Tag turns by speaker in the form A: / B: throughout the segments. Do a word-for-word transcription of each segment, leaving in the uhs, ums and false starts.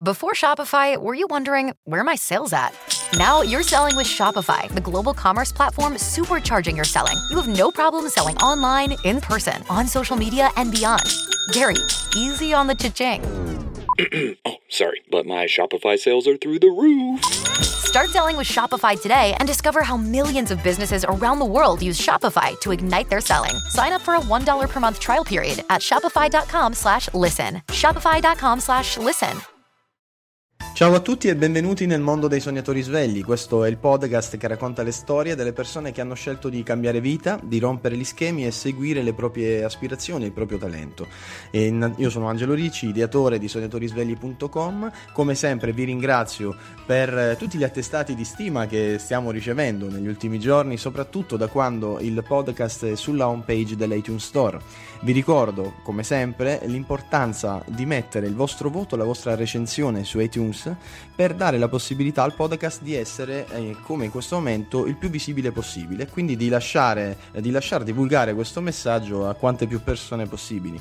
A: Before Shopify, were you wondering, where are my sales at? Now you're selling with Shopify, the global commerce platform supercharging your selling. You have no problem selling online, in person, on social media, and beyond. Gary, easy on the cha-ching.
B: Oh, sorry, but my Shopify sales are through the roof.
A: Start selling with Shopify today and discover how millions of businesses around the world use Shopify to ignite their selling. Sign up for a one dollar per month trial period at shopify.com slash listen. Shopify.com slash listen.
C: Ciao a tutti e benvenuti nel mondo dei sognatori svegli. Questo è il podcast che racconta le storie delle persone che hanno scelto di cambiare vita, di rompere gli schemi e seguire le proprie aspirazioni e il proprio talento. E io sono Angelo Ricci, ideatore di sognatori svegli punto com. Come sempre vi ringrazio per tutti gli attestati di stima che stiamo ricevendo negli ultimi giorni, soprattutto da quando il podcast è sulla homepage dell'iTunes Store. Vi ricordo, come sempre, l'importanza di mettere il vostro voto, la vostra recensione su iTunes per dare la possibilità al podcast di essere, eh, come in questo momento, il più visibile possibile, quindi di lasciare, eh, di lasciare divulgare questo messaggio a quante più persone possibili.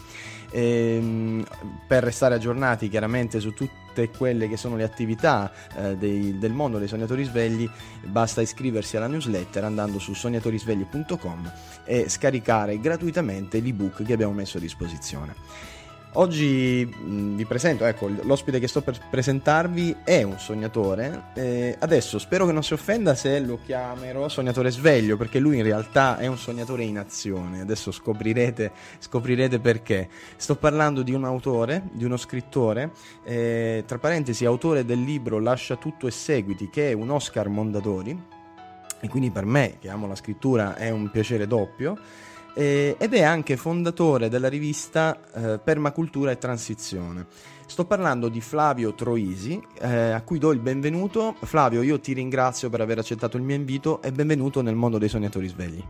C: E, per restare aggiornati chiaramente su tutte quelle che sono le attività eh, dei, del mondo dei sognatori svegli, basta iscriversi alla newsletter andando su sognatori svegli punto com e scaricare gratuitamente l'ebook che abbiamo messo a disposizione. Oggi mh, vi presento, ecco, l'ospite che sto per presentarvi è un sognatore. Eh, adesso spero che non si offenda se lo chiamerò sognatore sveglio, perché lui in realtà è un sognatore in azione. Adesso scoprirete, scoprirete perché. Sto parlando di un autore, di uno scrittore, eh, tra parentesi autore del libro Lascia tutto e seguiti, che è un Oscar Mondadori, e quindi per me, che amo la scrittura, è un piacere doppio. Eh, ed è anche fondatore della rivista eh, Permacultura e Transizione. Sto parlando di Flavio Troisi, eh, a cui do il benvenuto. Flavio, io ti ringrazio per aver accettato il mio invito e benvenuto nel mondo dei sognatori svegli.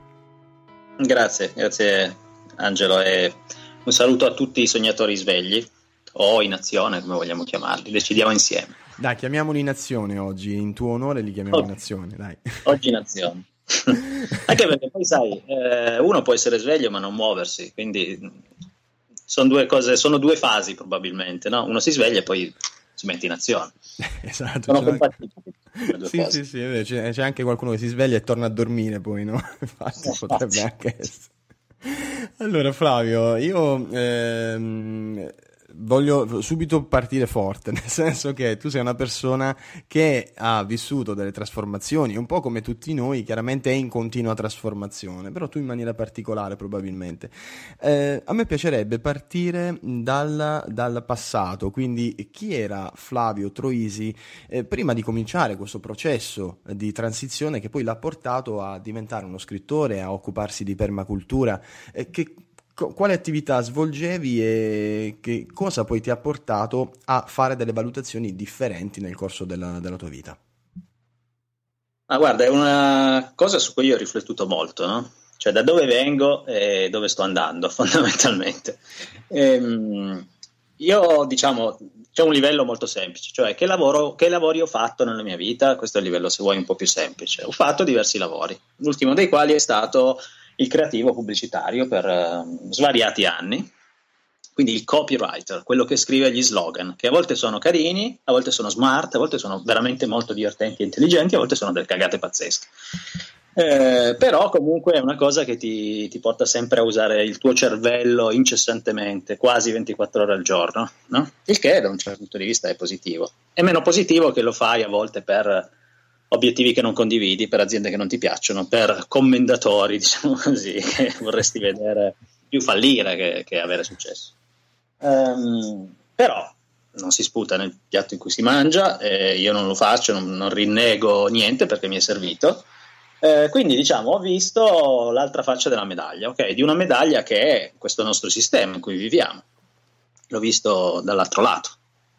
D: Grazie, grazie Angelo, e un saluto a tutti i sognatori svegli o in azione, come vogliamo chiamarli, decidiamo insieme.
C: Dai, chiamiamoli in azione oggi, in tuo onore li chiamiamo oh. in azione, dai.
D: Oggi in azione. Anche perché poi sai, eh, uno può essere sveglio ma non muoversi, quindi sono due cose, sono due fasi probabilmente, no? Uno si sveglia e poi si mette in azione.
C: Esatto.
D: Sono compatibili.
C: Sì, sì, sì, c'è, c'è anche qualcuno che si sveglia e torna a dormire poi, no? Infatti no, potrebbe faccio. anche essere. Allora Flavio, io ehm, voglio subito partire forte, nel senso che tu sei una persona che ha vissuto delle trasformazioni, un po' come tutti noi, chiaramente è in continua trasformazione, però tu in maniera particolare probabilmente. Eh, a me piacerebbe partire dal, dal passato, quindi chi era Flavio Troisi eh, prima di cominciare questo processo di transizione che poi l'ha portato a diventare uno scrittore, a occuparsi di permacultura, eh, che quale attività svolgevi e che cosa poi ti ha portato a fare delle valutazioni differenti nel corso della, della tua vita?
D: Ah, guarda, è una cosa su cui io ho riflettuto molto, no? Cioè da dove vengo e dove sto andando fondamentalmente. Ehm, io diciamo c'è un livello molto semplice, cioè che lavoro, che lavori ho fatto nella mia vita. Questo è il livello, se vuoi, un po' più semplice. Ho fatto diversi lavori, l'ultimo dei quali è stato il creativo pubblicitario per uh, svariati anni, quindi il copywriter, quello che scrive gli slogan, che a volte sono carini, a volte sono smart, a volte sono veramente molto divertenti e intelligenti, a volte sono delle cagate pazzesche. Eh, però comunque è una cosa che ti, ti porta sempre a usare il tuo cervello incessantemente, quasi ventiquattro ore al giorno, no? Il che da un certo punto di vista è positivo. È meno positivo che lo fai a volte per obiettivi che non condividi, per aziende che non ti piacciono, per commendatori, diciamo così, che vorresti vedere più fallire che, che avere successo. Um, però non si sputa nel piatto in cui si mangia, eh, io non lo faccio, non, non rinnego niente perché mi è servito. Eh, quindi diciamo ho visto l'altra faccia della medaglia, ok? Di una medaglia che è questo nostro sistema in cui viviamo. L'ho visto dall'altro lato.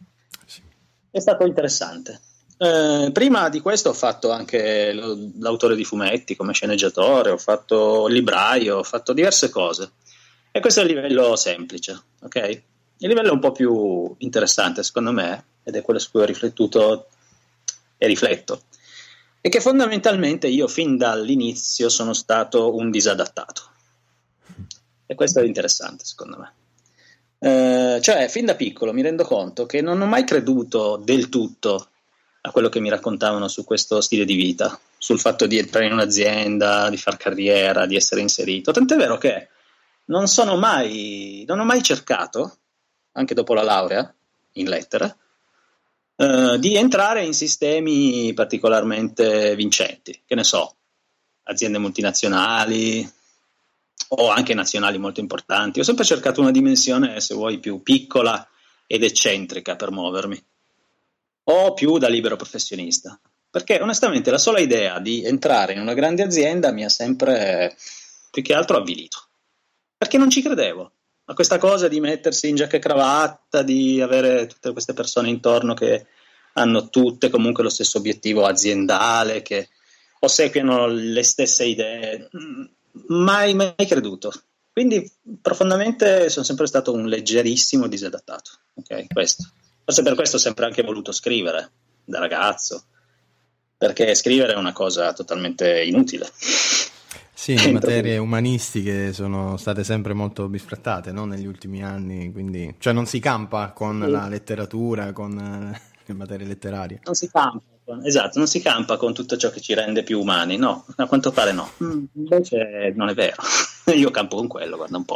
D: È stato interessante. Eh, prima di questo ho fatto anche l'autore di fumetti come sceneggiatore, ho fatto il libraio, ho fatto diverse cose, e questo è il livello semplice, ok? Il livello un po' più interessante secondo me, ed è quello su cui ho riflettuto e rifletto, è che fondamentalmente io fin dall'inizio sono stato un disadattato, e questo è interessante secondo me. Eh, cioè, fin da piccolo mi rendo conto che non ho mai creduto del tutto a quello che mi raccontavano su questo stile di vita, sul fatto di entrare in un'azienda, di far carriera, di essere inserito. Tant'è vero che non sono mai, non ho mai cercato, anche dopo la laurea in lettere, eh, di entrare in sistemi particolarmente vincenti, che ne so, aziende multinazionali o anche nazionali molto importanti. Ho sempre cercato una dimensione, se vuoi, più piccola ed eccentrica per muovermi, o più da libero professionista, perché onestamente la sola idea di entrare in una grande azienda mi ha sempre più che altro avvilito, perché non ci credevo a questa cosa di mettersi in giacca e cravatta, di avere tutte queste persone intorno che hanno tutte comunque lo stesso obiettivo aziendale, che ossequiano le stesse idee. Mai, mai creduto. Quindi profondamente sono sempre stato un leggerissimo disadattato. Ok, questo. Forse per questo ho sempre anche voluto scrivere da ragazzo, perché scrivere è una cosa totalmente inutile.
C: Sì, le materie umanistiche sono state sempre molto bifrattate, no? Negli ultimi anni, quindi cioè non si campa con sì. la letteratura, con le materie letterarie.
D: Non si campa, esatto, non si campa con tutto ciò che ci rende più umani, no, a quanto pare no. Mm, invece non è vero, io campo con quello, guarda un po'.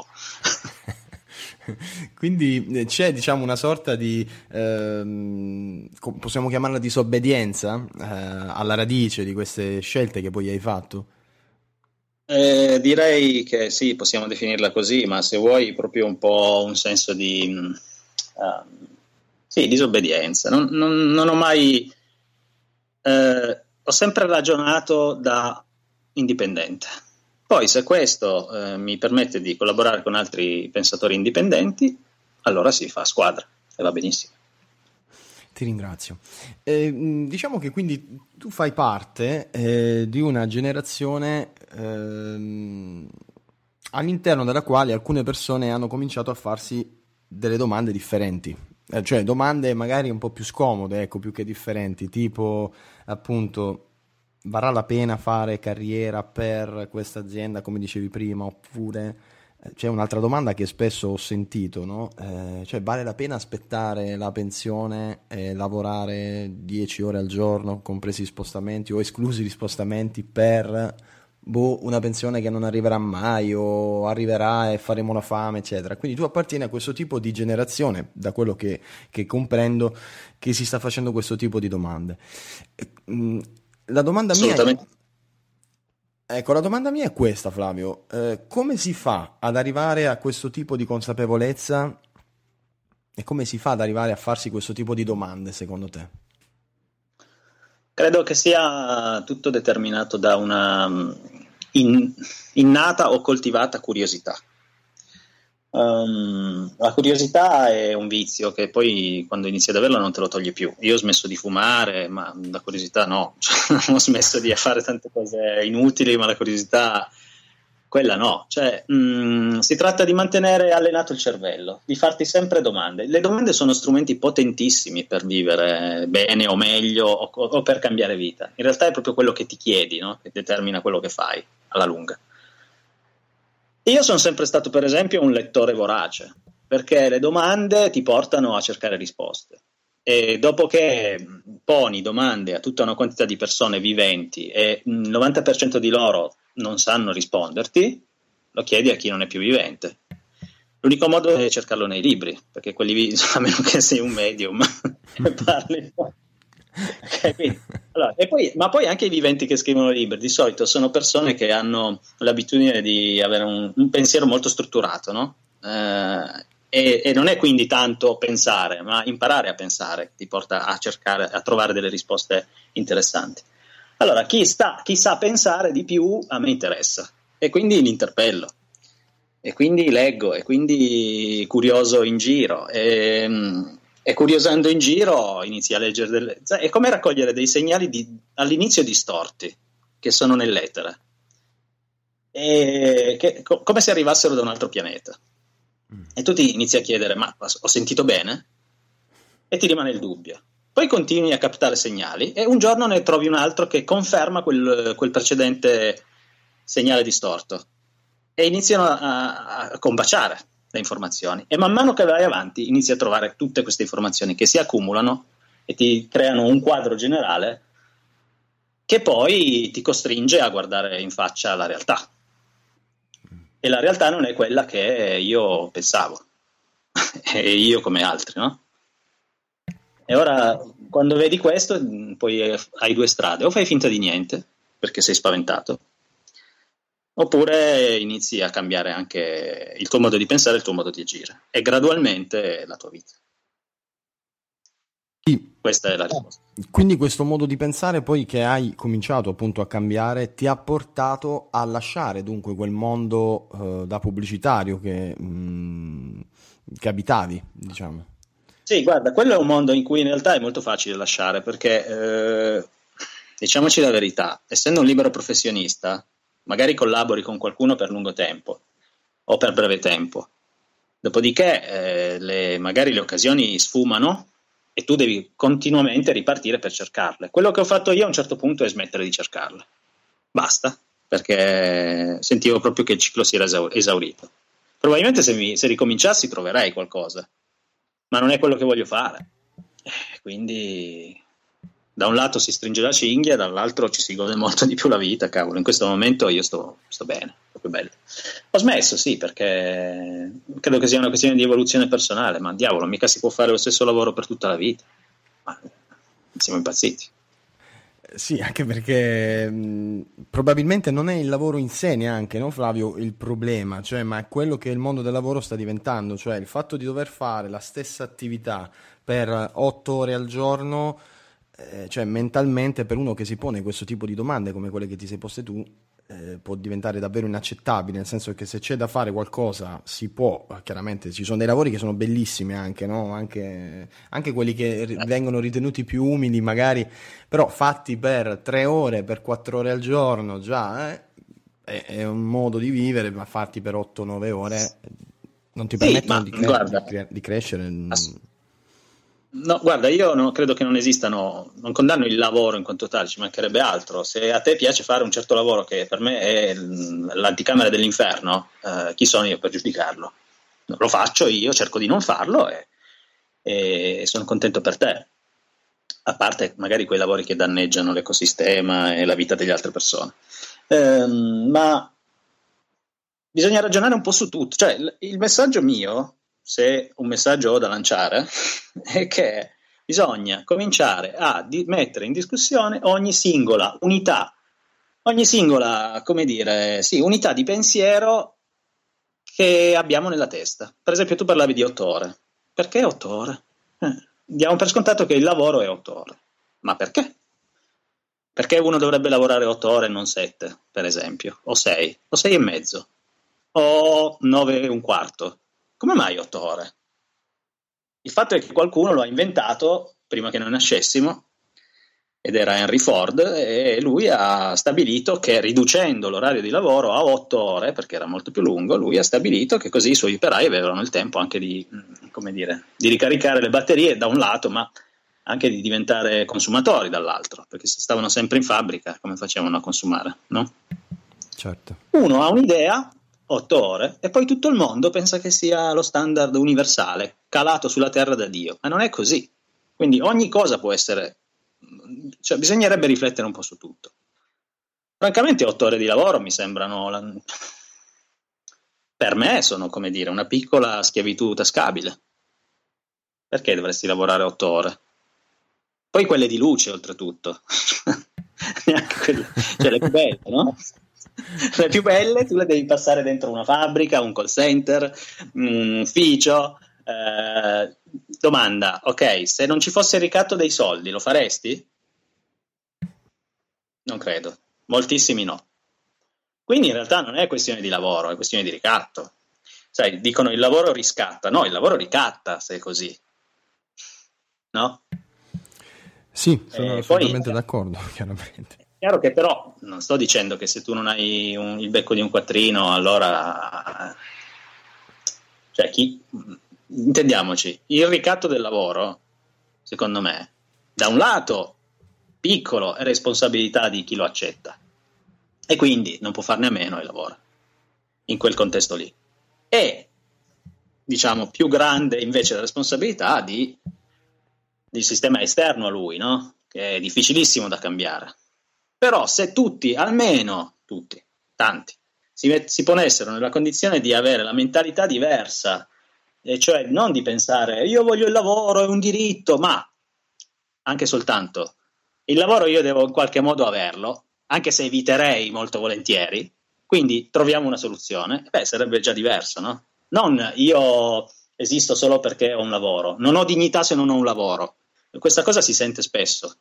C: Quindi c'è, diciamo, una sorta di ehm, possiamo chiamarla disobbedienza eh, alla radice di queste scelte che poi hai fatto?
D: Eh, direi che sì, possiamo definirla così, ma se vuoi proprio un po' un senso di uh, sì, disobbedienza. Non, non, non ho mai eh, ho sempre ragionato da indipendente. Poi se questo eh, mi permette di collaborare con altri pensatori indipendenti, allora si fa squadra e va benissimo.
C: Ti ringrazio. Eh, diciamo che quindi tu fai parte eh, di una generazione eh, all'interno della quale alcune persone hanno cominciato a farsi delle domande differenti, eh, cioè domande magari un po' più scomode, ecco, più che differenti, tipo appunto: varrà la pena fare carriera per questa azienda, come dicevi prima, oppure eh, c'è un'altra domanda che spesso ho sentito, no? Eh, cioè, vale la pena aspettare la pensione e lavorare dieci ore al giorno, compresi gli spostamenti o esclusi gli spostamenti, per boh, una pensione che non arriverà mai o arriverà e faremo la fame, eccetera. Quindi tu appartieni a questo tipo di generazione, da quello che, che comprendo, che si sta facendo questo tipo di domande. Eh, mh, La domanda mia è, ecco, la domanda mia è questa, Flavio: eh, come si fa ad arrivare a questo tipo di consapevolezza e come si fa ad arrivare a farsi questo tipo di domande, secondo te?
D: Credo che sia tutto determinato da una in, innata o coltivata curiosità. Um, la curiosità è un vizio che poi quando inizi ad averlo non te lo togli più. Io ho smesso di fumare, ma la curiosità no, cioè, ho smesso di fare tante cose inutili, ma la curiosità, quella no. Cioè, um, si tratta di mantenere allenato il cervello, di farti sempre domande. Le domande sono strumenti potentissimi per vivere bene o meglio o, o per cambiare vita. In realtà è proprio quello che ti chiedi, no? Che determina quello che fai alla lunga. Io sono sempre stato, per esempio, un lettore vorace, perché le domande ti portano a cercare risposte. E dopo che poni domande a tutta una quantità di persone viventi e il novanta per cento di loro non sanno risponderti, lo chiedi a chi non è più vivente. L'unico modo è cercarlo nei libri, perché quelli, a meno che sei un medium, parli. Okay, quindi, allora, e poi, ma poi anche i viventi che scrivono libri di solito sono persone che hanno l'abitudine di avere un, un pensiero molto strutturato, no? Eh, e, e non è quindi tanto pensare, ma imparare a pensare ti porta a cercare, a trovare delle risposte interessanti. Allora, chi sta, chi sa pensare di più a me interessa, e quindi li interpello, e quindi leggo, e quindi curioso in giro, e E curiosando in giro inizi a leggere delle... È come raccogliere dei segnali di, all'inizio distorti, che sono nell'etere. E che, co- come se arrivassero da un altro pianeta. Mm. E tu ti inizi a chiedere: ma ho sentito bene? E ti rimane il dubbio. Poi continui a captare segnali e un giorno ne trovi un altro che conferma quel, quel precedente segnale distorto. E iniziano a, a combaciare. le informazioni, e man mano che vai avanti inizi a trovare tutte queste informazioni che si accumulano e ti creano un quadro generale che poi ti costringe a guardare in faccia la realtà, e la realtà non è quella che io pensavo e io come altri, no? E ora, quando vedi questo, poi hai due strade: o fai finta di niente perché sei spaventato, oppure inizi a cambiare anche il tuo modo di pensare, il tuo modo di agire, e gradualmente la tua vita.
C: Sì.
D: Questa è la risposta.
C: Quindi questo modo di pensare poi che hai cominciato appunto a cambiare ti ha portato a lasciare dunque quel mondo eh, da pubblicitario che, mh, che abitavi, diciamo.
D: Sì, guarda, quello è un mondo in cui in realtà è molto facile lasciare, perché eh, diciamoci la verità, essendo un libero professionista, magari collabori con qualcuno per lungo tempo o per breve tempo, dopodiché eh, le, magari le occasioni sfumano e tu devi continuamente ripartire per cercarle. Quello che ho fatto io a un certo punto è smettere di cercarle. Basta, perché sentivo proprio che il ciclo si era esaurito. Probabilmente se, mi, se ricominciassi troverei qualcosa, ma non è quello che voglio fare. Quindi da un lato si stringe la cinghia, dall'altro ci si gode molto di più la vita. Cavolo, in questo momento io sto, sto bene, proprio bello. Ho smesso, sì, perché credo che sia una questione di evoluzione personale, ma diavolo, mica si può fare lo stesso lavoro per tutta la vita. Ma siamo impazziti.
C: Sì, anche perché mh, probabilmente non è il lavoro in sé neanche, no Flavio, il problema, cioè, ma è quello che il mondo del lavoro sta diventando, cioè il fatto di dover fare la stessa attività per otto ore al giorno, eh, cioè mentalmente per uno che si pone questo tipo di domande come quelle che ti sei poste tu, eh, può diventare davvero inaccettabile, nel senso che se c'è da fare qualcosa si può, chiaramente ci sono dei lavori che sono bellissimi anche, no? Anche, anche quelli che ri- vengono ritenuti più umili magari, però fatti per tre ore, per quattro ore al giorno già eh, è, è un modo di vivere, ma fatti per otto nove ore non ti
D: Sì,
C: permettono
D: ma
C: di, cre-
D: guarda,
C: di, cre- di crescere.
D: ass- No, guarda, io no, credo che non esistano, non condanno il lavoro in quanto tale, ci mancherebbe altro. Se a te piace fare un certo lavoro che per me è l'anticamera dell'inferno, eh, chi sono io per giudicarlo? Lo faccio io, cerco di non farlo e, e sono contento per te. A parte magari quei lavori che danneggiano l'ecosistema e la vita delle altre persone. Ehm, ma bisogna ragionare un po' su tutto. Cioè, il, il messaggio mio, se un messaggio ho da lanciare, è che bisogna cominciare a di- mettere in discussione ogni singola unità, ogni singola, come dire, sì, unità di pensiero che abbiamo nella testa. Per esempio, tu parlavi di otto ore. Perché otto ore? Eh, diamo per scontato che il lavoro è otto ore. Ma perché? Perché uno dovrebbe lavorare otto ore e non sette, per esempio, o sei, o sei e mezzo, o nove e un quarto. Come mai otto ore? Il fatto è che qualcuno lo ha inventato prima che noi nascessimo, ed era Henry Ford, e lui ha stabilito che riducendo l'orario di lavoro a otto ore, perché era molto più lungo, lui ha stabilito che così i suoi operai avevano il tempo anche di, come dire, di ricaricare le batterie da un lato, ma anche di diventare consumatori dall'altro, perché se stavano sempre in fabbrica come facevano a consumare, no?
C: Certo.
D: Uno ha un'idea, otto ore, e poi tutto il mondo pensa che sia lo standard universale, calato sulla terra da Dio, ma non è così. Quindi ogni cosa può essere, cioè bisognerebbe riflettere un po' su tutto. Francamente otto ore di lavoro mi sembrano, la... per me sono, come dire, una piccola schiavitù tascabile. Perché dovresti lavorare otto ore? Poi quelle di luce, oltretutto. Neanche quelle, cioè le più belle, no? Le più belle tu le devi passare dentro una fabbrica, un call center, un ufficio. Eh, domanda, ok, se non ci fosse il ricatto dei soldi, lo faresti? Non credo, moltissimi no. Quindi in realtà non è questione di lavoro, è questione di ricatto. Sai, dicono il lavoro riscatta, no, il lavoro ricatta se è così, no?
C: Sì, sono
D: Eh,
C: assolutamente
D: poi,
C: d'accordo, chiaramente.
D: È chiaro che però non sto dicendo che se tu non hai un, il becco di un quattrino, allora, cioè chi, intendiamoci, il ricatto del lavoro, secondo me, da un lato piccolo è responsabilità di chi lo accetta e quindi non può farne a meno e lavora in quel contesto lì, e diciamo, più grande invece la responsabilità di, del sistema esterno a lui, no? Che è difficilissimo da cambiare. Però se tutti, almeno tutti, tanti, si, met- si ponessero nella condizione di avere la mentalità diversa, e cioè non di pensare io voglio il lavoro, è un diritto, ma anche soltanto il lavoro io devo in qualche modo averlo, anche se eviterei molto volentieri, quindi troviamo una soluzione, beh, sarebbe già diverso, no? Non io esisto solo perché ho un lavoro, non ho dignità se non ho un lavoro. Questa cosa si sente spesso.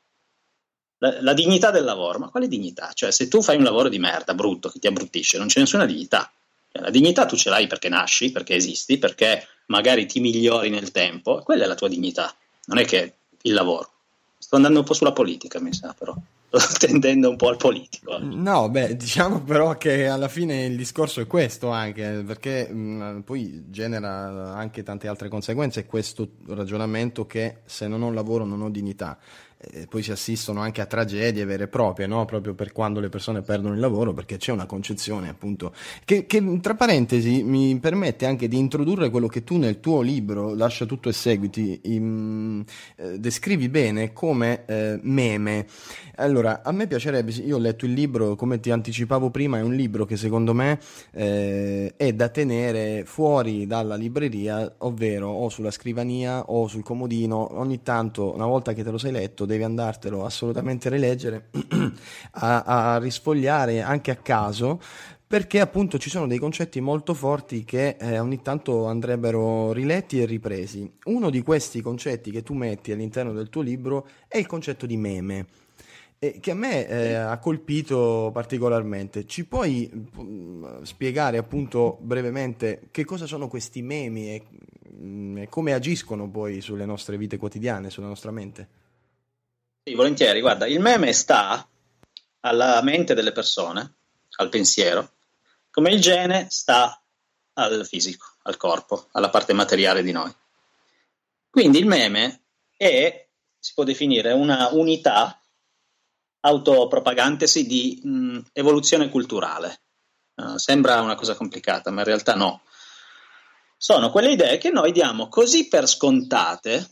D: La, la dignità del lavoro, ma quale dignità? Cioè, se tu fai un lavoro di merda, brutto, che ti abbruttisce, non c'è nessuna dignità. Cioè, la dignità tu ce l'hai perché nasci, perché esisti, perché magari ti migliori nel tempo, quella è la tua dignità, non è che il lavoro. Sto andando un po' sulla politica, mi sa, però sto tendendo un po' al politico.
C: No, beh, diciamo però che alla fine il discorso è questo anche, perché mh, poi genera anche tante altre conseguenze questo ragionamento che se non ho lavoro non ho dignità. E poi si assistono anche a tragedie vere e proprie, no? Proprio per quando le persone perdono il lavoro, perché c'è una concezione appunto che, che tra parentesi mi permette anche di introdurre quello che tu nel tuo libro Lascia tutto e seguiti in, eh, descrivi bene come eh, meme. Allora, a me piacerebbe, io ho letto il libro, come ti anticipavo prima, è un libro che secondo me eh, è da tenere fuori dalla libreria, ovvero o sulla scrivania o sul comodino. Ogni tanto, una volta che te lo sei letto, devi andartelo assolutamente rileggere, a, a risfogliare anche a caso, perché appunto ci sono dei concetti molto forti che eh, ogni tanto andrebbero riletti e ripresi. Uno di questi concetti che tu metti all'interno del tuo libro è il concetto di meme, eh, che a me eh, ha colpito particolarmente. Ci puoi mh, spiegare appunto brevemente che cosa sono questi memi e, mh, e come agiscono poi sulle nostre vite quotidiane, sulla nostra mente?
D: Sì, volentieri. Guarda, il meme sta alla mente delle persone, al pensiero, come il gene sta al fisico, al corpo, alla parte materiale di noi. Quindi il meme è, si può definire, una unità autopropagandasi di mh, evoluzione culturale. Uh, sembra una cosa complicata, ma in realtà no. Sono quelle idee che noi diamo così per scontate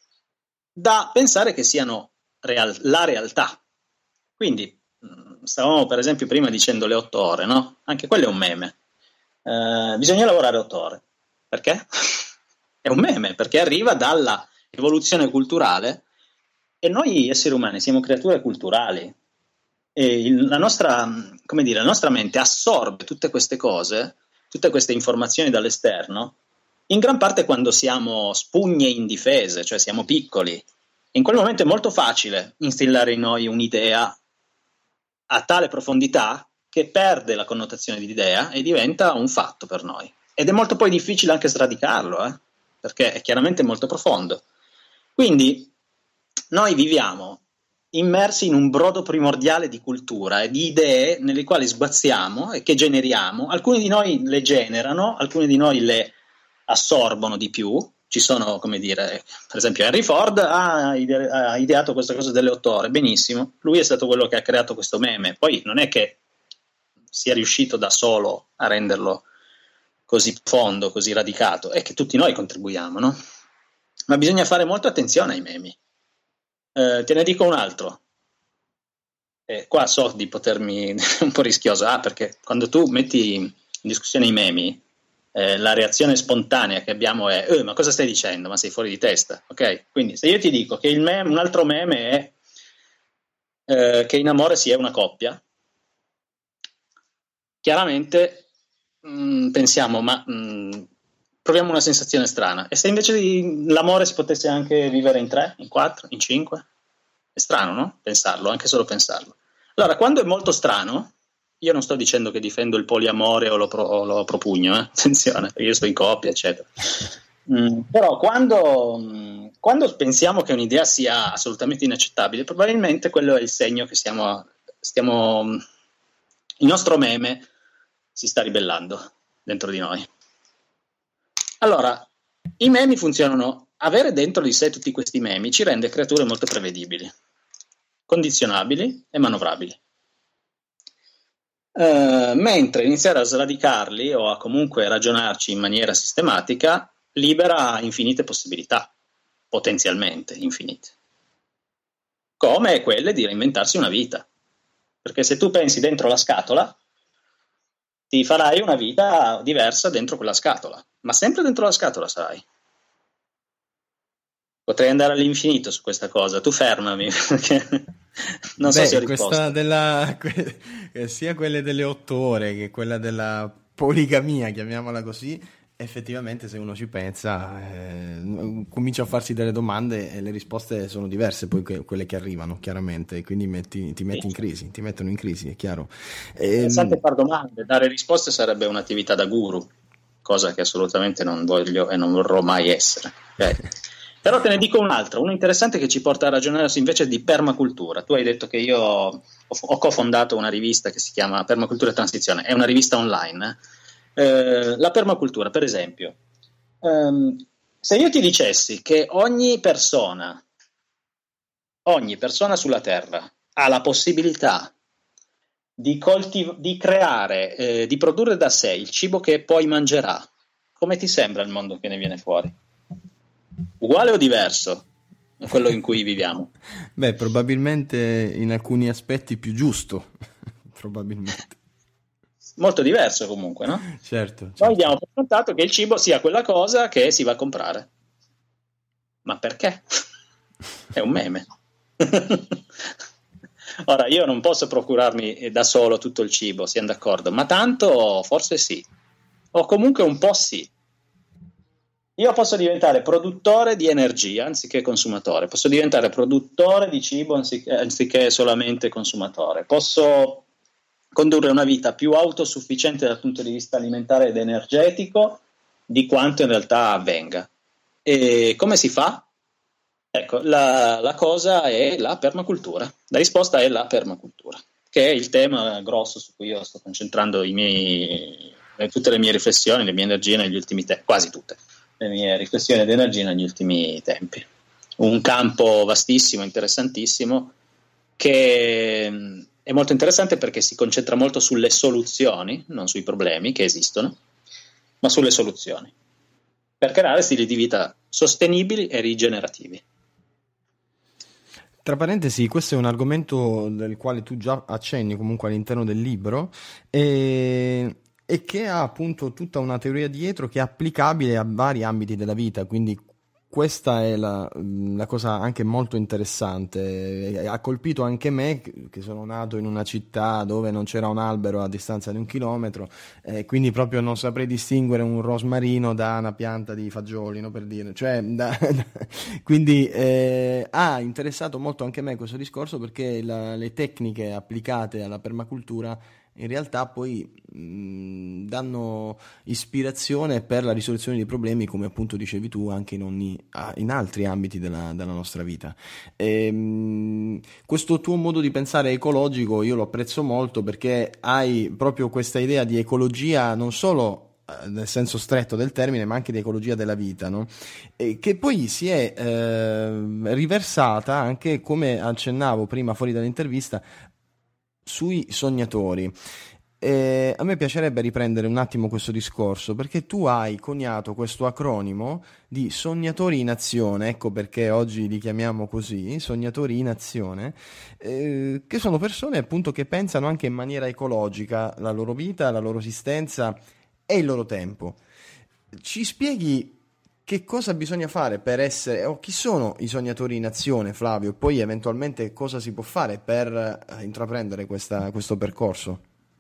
D: da pensare che siano real- la realtà. Quindi mh, stavamo per esempio prima dicendo le otto ore, no? Anche quello è un meme. Uh, bisogna lavorare otto ore. Perché? È un meme, perché arriva dalla evoluzione culturale. E noi esseri umani siamo creature culturali e il, la nostra, come dire, la nostra mente assorbe tutte queste cose, tutte queste informazioni dall'esterno, in gran parte quando siamo spugne indifese, cioè siamo piccoli. In quel momento è molto facile instillare in noi un'idea a tale profondità che perde la connotazione di idea e diventa un fatto per noi. Ed è molto poi difficile anche sradicarlo, eh? Perché è chiaramente molto profondo. Quindi noi viviamo immersi in un brodo primordiale di cultura e di idee nelle quali sguazziamo e che generiamo. Alcuni di noi le generano, alcuni di noi le assorbono di più. Ci sono, come dire, per esempio Henry Ford ha, ide- ha ideato questa cosa delle otto ore, benissimo. Lui è stato quello che ha creato questo meme. Poi non è che sia riuscito da solo a renderlo così profondo, così radicato, è che tutti noi contribuiamo, no? Ma bisogna fare molta attenzione ai memi. Eh, te ne dico un altro. Eh, qua so di potermi un po' rischioso, ah, perché quando tu metti in discussione i memi, eh, la reazione spontanea che abbiamo è eh, ma cosa stai dicendo? Ma sei fuori di testa, ok? Quindi se io ti dico che il meme, un altro meme è eh, che in amore si è una coppia, chiaramente mh, pensiamo, ma mh, proviamo una sensazione strana. E se invece di, l'amore si potesse anche vivere in tre, in quattro, in cinque? È strano, no? Pensarlo, anche solo pensarlo. Allora, quando è molto strano, io non sto dicendo che difendo il poliamore o lo, pro, o lo propugno, eh? Attenzione, perché io sto in coppia, eccetera. Mm, però quando, mm, quando pensiamo che un'idea sia assolutamente inaccettabile, probabilmente quello è il segno che siamo, stiamo, il nostro meme si sta ribellando dentro di noi. Allora, i memi funzionano, avere dentro di sé tutti questi memi ci rende creature molto prevedibili, condizionabili e manovrabili. Uh, mentre iniziare a sradicarli o a comunque ragionarci in maniera sistematica libera infinite possibilità, potenzialmente infinite, come quelle di reinventarsi una vita. Perché se tu pensi dentro la scatola, ti farai una vita diversa dentro quella scatola, ma sempre dentro la scatola sarai. Potrei andare all'infinito su questa cosa, tu fermami, perché non so
C: Beh,
D: se ho risposto.
C: questa della, que- sia quelle delle otto ore che quella della poligamia, chiamiamola così, effettivamente se uno ci pensa eh, comincia a farsi delle domande e le risposte sono diverse poi que- quelle che arrivano, chiaramente, e quindi metti, ti metti
D: Sì.
C: in crisi, ti mettono in crisi, è chiaro.
D: Interessante
C: Ehm,
D: far domande, dare risposte sarebbe un'attività da guru, cosa che assolutamente non voglio e non vorrò mai essere. Okay? Però te ne dico un'altra, una interessante che ci porta a ragionare invece di permacultura. Tu hai detto che io ho, ho cofondato una rivista che si chiama Permacultura e Transizione, è una rivista online. Eh, la permacultura, per esempio, ehm, se io ti dicessi che ogni persona, ogni persona sulla Terra ha la possibilità di, coltiv- di creare, eh, di produrre da sé il cibo che poi mangerà, come ti sembra il mondo che ne viene fuori? Uguale o diverso da quello in cui viviamo?
C: Beh, probabilmente in alcuni aspetti più giusto, probabilmente.
D: Molto diverso comunque, no?
C: Certo,
D: Noi
C: certo.
D: diamo per scontato che il cibo sia quella cosa che si va a comprare. Ma perché? È un meme. Ora, io non posso procurarmi da solo tutto il cibo, siamo d'accordo, ma tanto forse sì. O comunque un po' sì. Io posso diventare produttore di energia anziché consumatore, posso diventare produttore di cibo anziché, anziché solamente consumatore, posso condurre una vita più autosufficiente dal punto di vista alimentare ed energetico di quanto in realtà avvenga. E come si fa? Ecco, la, la cosa è la permacultura, la risposta è la permacultura, che è il tema grosso su cui io sto concentrando i miei, tutte le mie riflessioni, le mie energie negli ultimi tempi, quasi tutte le mie riflessioni ed energie negli ultimi tempi. Un campo vastissimo, interessantissimo, che è molto interessante perché si concentra molto sulle soluzioni, non sui problemi che esistono, ma sulle soluzioni, per creare stili di vita sostenibili e rigenerativi.
C: Tra parentesi, questo è un argomento del quale tu già accenni comunque all'interno del libro e, e che ha appunto tutta una teoria dietro che è applicabile a vari ambiti della vita, quindi questa è la, la cosa anche molto interessante. Ha colpito anche me, che sono nato in una città dove non c'era un albero a distanza di un chilometro, eh, quindi proprio non saprei distinguere un rosmarino da una pianta di fagioli, no, per dire. Cioè, da, da, quindi eh, ha interessato molto anche me questo discorso, perché la, le tecniche applicate alla permacultura in realtà poi mh, danno ispirazione per la risoluzione di problemi, come appunto dicevi tu, anche in, ogni, in altri ambiti della, della nostra vita. E, mh, questo tuo modo di pensare ecologico io lo apprezzo molto, perché hai proprio questa idea di ecologia non solo nel senso stretto del termine, ma anche di ecologia della vita, no? E che poi si è eh, riversata anche, come accennavo prima fuori dall'intervista, sui sognatori. Eh, a me piacerebbe riprendere un attimo questo discorso, perché tu hai coniato questo acronimo di Sognatori in Azione, ecco perché oggi li chiamiamo così, Sognatori in Azione, eh, che sono persone appunto che pensano anche in maniera ecologica la loro vita, la loro esistenza e il loro tempo. Ci spieghi che cosa bisogna fare per essere, o chi sono i sognatori in azione, Flavio, e poi eventualmente cosa si può fare per intraprendere questa, questo percorso?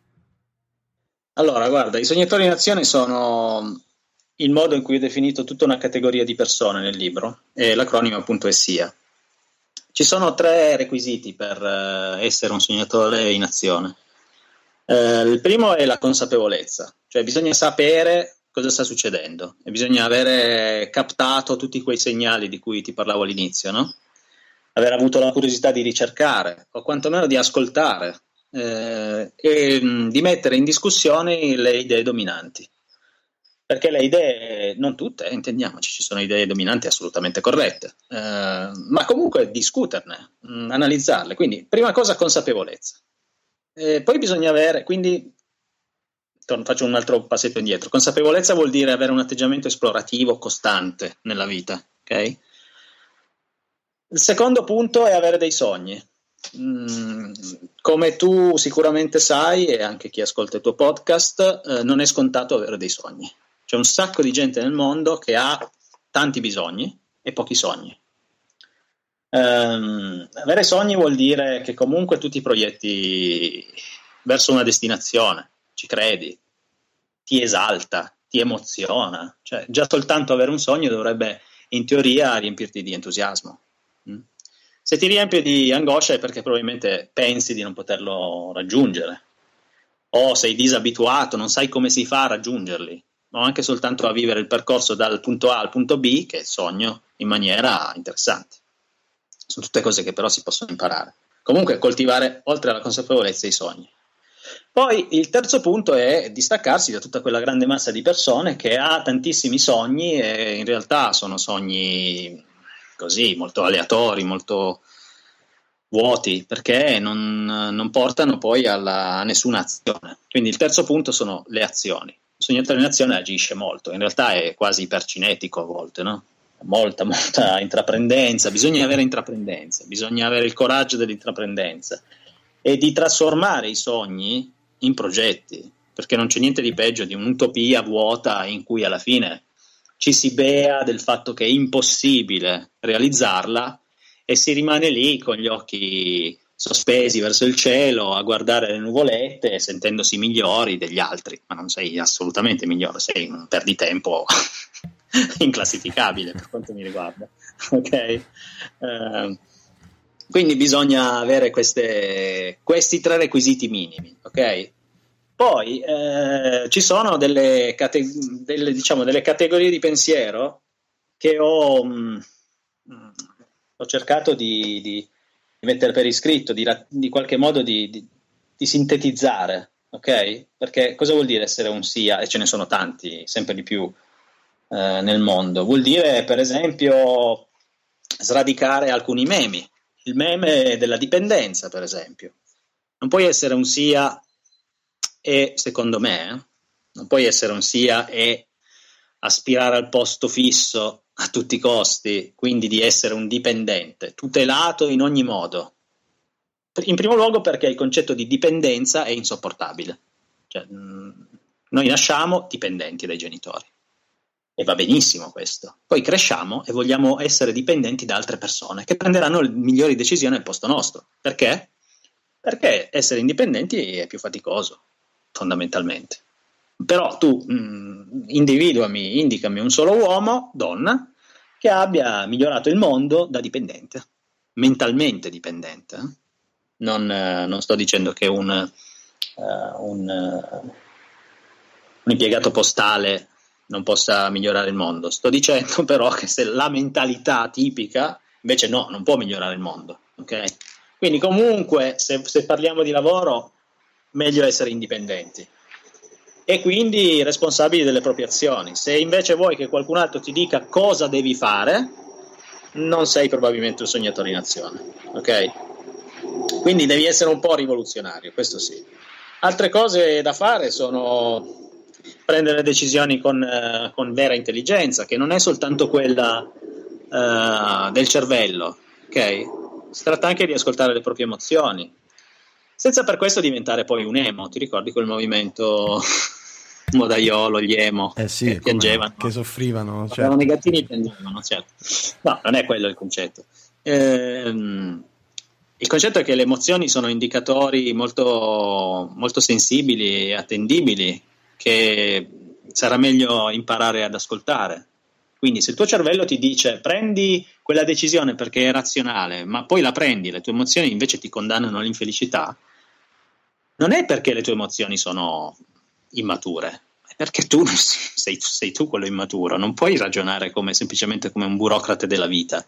D: Allora, guarda, i sognatori in azione sono il modo in cui ho definito tutta una categoria di persone nel libro, e l'acronimo appunto è SIA. Ci sono tre requisiti per essere un sognatore in azione. Eh, il primo è la consapevolezza, cioè bisogna sapere cosa sta succedendo e bisogna avere captato tutti quei segnali di cui ti parlavo all'inizio, no? Aver avuto la curiosità di ricercare o quantomeno di ascoltare eh, e mh, di mettere in discussione le idee dominanti, perché le idee, non tutte, eh, intendiamoci, ci sono idee dominanti assolutamente corrette, eh, ma comunque discuterne, mh, analizzarle. Quindi prima cosa consapevolezza, e poi bisogna avere, quindi faccio un altro passetto indietro. Consapevolezza vuol dire avere un atteggiamento esplorativo costante nella vita, ok? Il secondo punto è avere dei sogni. Mm, come tu sicuramente sai, e anche chi ascolta il tuo podcast, eh, non è scontato avere dei sogni. C'è un sacco di gente nel mondo che ha tanti bisogni e pochi sogni. Um, avere sogni vuol dire che comunque tu ti proietti verso una destinazione, ci credi, ti esalta, ti emoziona. Cioè, già soltanto avere un sogno dovrebbe in teoria riempirti di entusiasmo. Mm? Se ti riempie di angoscia è perché probabilmente pensi di non poterlo raggiungere, o sei disabituato, non sai come si fa a raggiungerli, o anche soltanto a vivere il percorso dal punto A al punto B, che è il sogno, in maniera interessante. Sono tutte cose che però si possono imparare. Comunque coltivare, oltre alla consapevolezza, i sogni. Poi il terzo punto è distaccarsi da tutta quella grande massa di persone che ha tantissimi sogni e in realtà sono sogni così, molto aleatori, molto vuoti, perché non, non portano poi alla, a nessuna azione. Quindi il terzo punto sono le azioni. Il sognatore in azione agisce molto, in realtà è quasi ipercinetico a volte, no? Molta, molta intraprendenza, bisogna avere intraprendenza, bisogna avere il coraggio dell'intraprendenza e di trasformare i sogni in progetti, perché non c'è niente di peggio di un'utopia vuota in cui alla fine ci si bea del fatto che è impossibile realizzarla e si rimane lì con gli occhi sospesi verso il cielo a guardare le nuvolette sentendosi migliori degli altri, ma non sei assolutamente migliore, sei un perditempo inclassificabile per quanto mi riguarda, ok? Uh, quindi bisogna avere queste, questi tre requisiti minimi, ok? Poi eh, ci sono delle, cate- delle, diciamo, delle categorie di pensiero che ho, mh, ho cercato di, di mettere per iscritto, di, di qualche modo di, di, di sintetizzare, ok? Perché cosa vuol dire essere un sia? E ce ne sono tanti, sempre di più eh, nel mondo. Vuol dire, per esempio, sradicare alcuni memi. Il meme della dipendenza, per esempio. Non puoi essere un sia e, secondo me, eh, non puoi essere un sia e aspirare al posto fisso a tutti i costi, quindi di essere un dipendente, tutelato in ogni modo. In primo luogo perché il concetto di dipendenza è insopportabile. Cioè, mh, noi nasciamo dipendenti dai genitori e va benissimo questo. Poi cresciamo e vogliamo essere dipendenti da altre persone che prenderanno le migliori decisioni al posto nostro. Perché? Perché essere indipendenti è più faticoso, fondamentalmente. Però tu mh, individuami, indicami un solo uomo, donna, che abbia migliorato il mondo da dipendente, mentalmente dipendente. Eh? Non, eh, non sto dicendo che un, uh, un, uh, un impiegato postale non possa migliorare il mondo. Sto dicendo però che se la mentalità tipica, invece no, non può migliorare il mondo. Okay? Quindi comunque, se, se parliamo di lavoro, meglio essere indipendenti. E quindi responsabili delle proprie azioni. Se invece vuoi che qualcun altro ti dica cosa devi fare, non sei probabilmente un sognatore in azione, ok? Quindi devi essere un po' rivoluzionario, questo sì. Altre cose da fare sono prendere decisioni con, uh, con vera intelligenza, che non è soltanto quella uh, del cervello, ok? Si tratta anche di ascoltare le proprie emozioni, senza per questo diventare poi un emo. Ti ricordi quel movimento modaiolo, gli emo,
C: eh sì,
D: che piangevano,
C: che soffrivano,
D: certo. Erano negativi e piangevano, certo. No, non è quello il concetto. Ehm, il concetto è che le emozioni sono indicatori molto, molto sensibili e attendibili che sarà meglio imparare ad ascoltare. Quindi se il tuo cervello ti dice prendi quella decisione perché è razionale, ma poi la prendi, le tue emozioni invece ti condannano all'infelicità, non è perché le tue emozioni sono immature, è perché tu sei, sei tu quello immaturo, non puoi ragionare come, semplicemente come un burocrate della vita.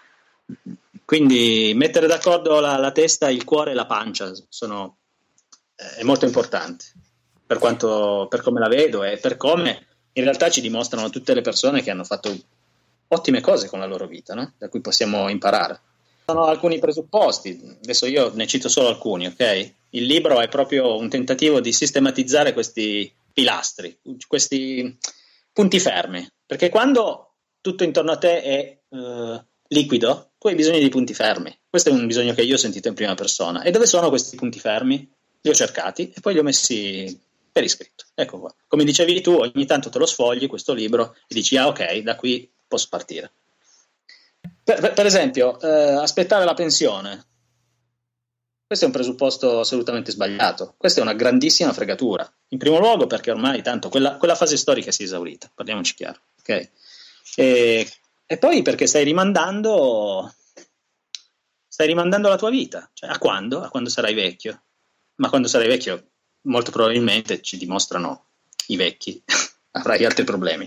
D: Quindi mettere d'accordo la, la testa, il cuore e la pancia sono, eh, è molto importante, per quanto, per come la vedo e per come in realtà ci dimostrano tutte le persone che hanno fatto ottime cose con la loro vita, no? Da cui possiamo imparare. Sono alcuni presupposti, adesso io ne cito solo alcuni, ok? Il libro è proprio un tentativo di sistematizzare questi pilastri, questi punti fermi, perché quando tutto intorno a te è uh, liquido, tu hai bisogno di punti fermi. Questo è un bisogno che io ho sentito in prima persona. E dove sono questi punti fermi? Li ho cercati e poi li ho messi per iscritto. Ecco qua. Come dicevi tu, ogni tanto te lo sfogli questo libro e dici, ah ok, da qui posso partire. Per, per esempio, eh, aspettare la pensione. Questo è un presupposto assolutamente sbagliato. Questa è una grandissima fregatura. In primo luogo perché ormai tanto quella, quella fase storica si è esaurita, parliamoci chiaro. Okay? E, e poi perché stai rimandando stai rimandando la tua vita. Cioè, a quando? A quando sarai vecchio. Ma quando sarai vecchio molto probabilmente, ci dimostrano i vecchi, avrai altri problemi.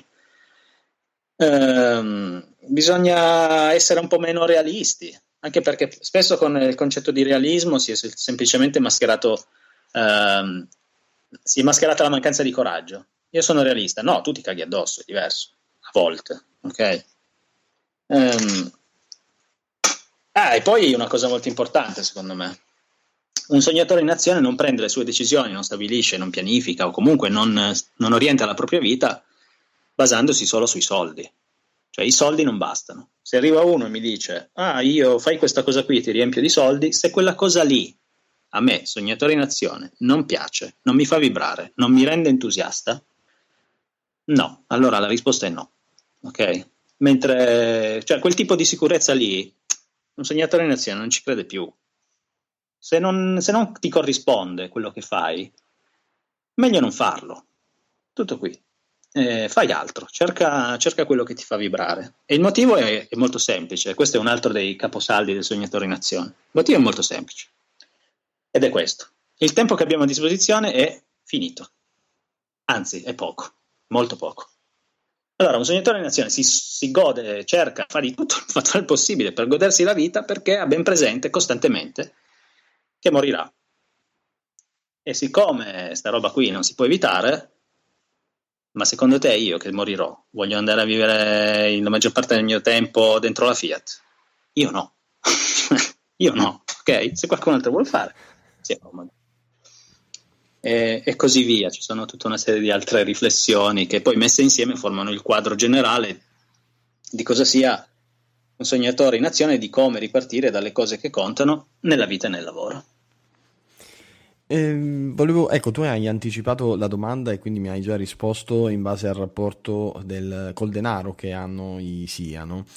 D: Ehm, bisogna essere un po' meno realisti, anche perché spesso con il concetto di realismo si è semplicemente mascherato ehm, si è mascherata la mancanza di coraggio. Io sono realista, no, tu ti caghi addosso, è diverso, a volte, ok? Ehm, ah, e poi una cosa molto importante secondo me: un sognatore in azione non prende le sue decisioni, non stabilisce, non pianifica o comunque non, non orienta la propria vita basandosi solo sui soldi. Cioè i soldi non bastano. Se arriva uno e mi dice, ah io fai questa cosa qui, ti riempio di soldi, se quella cosa lì a me, sognatore in azione, non piace, non mi fa vibrare, non mi rende entusiasta, no, allora la risposta è no. Ok? Mentre, cioè quel tipo di sicurezza lì, un sognatore in azione non ci crede più. Se non, se non ti corrisponde quello che fai, meglio non farlo. Tutto qui. Eh, fai altro, cerca, cerca quello che ti fa vibrare. E il motivo è, è molto semplice. Questo è un altro dei caposaldi del sognatore in azione. Il motivo è molto semplice. Ed è questo. Il tempo che abbiamo a disposizione è finito. Anzi, è poco. Molto poco. Allora, un sognatore in azione si, si gode, cerca, fa di tutto, fa tutto il possibile per godersi la vita perché ha ben presente costantemente che morirà. E siccome sta roba qui non si può evitare, ma secondo te io che morirò voglio andare a vivere la maggior parte del mio tempo dentro la Fiat? Io no. Io no, ok? Se qualcun altro vuole fare, sia comodo. E, e così via. Ci sono tutta una serie di altre riflessioni che poi messe insieme formano il quadro generale di cosa sia un sognatore in azione e di come ripartire dalle cose che contano nella vita e nel lavoro.
C: Eh, volevo, ecco, tu hai anticipato la domanda e quindi mi hai già risposto in base al rapporto del, col denaro che hanno i S I A, no?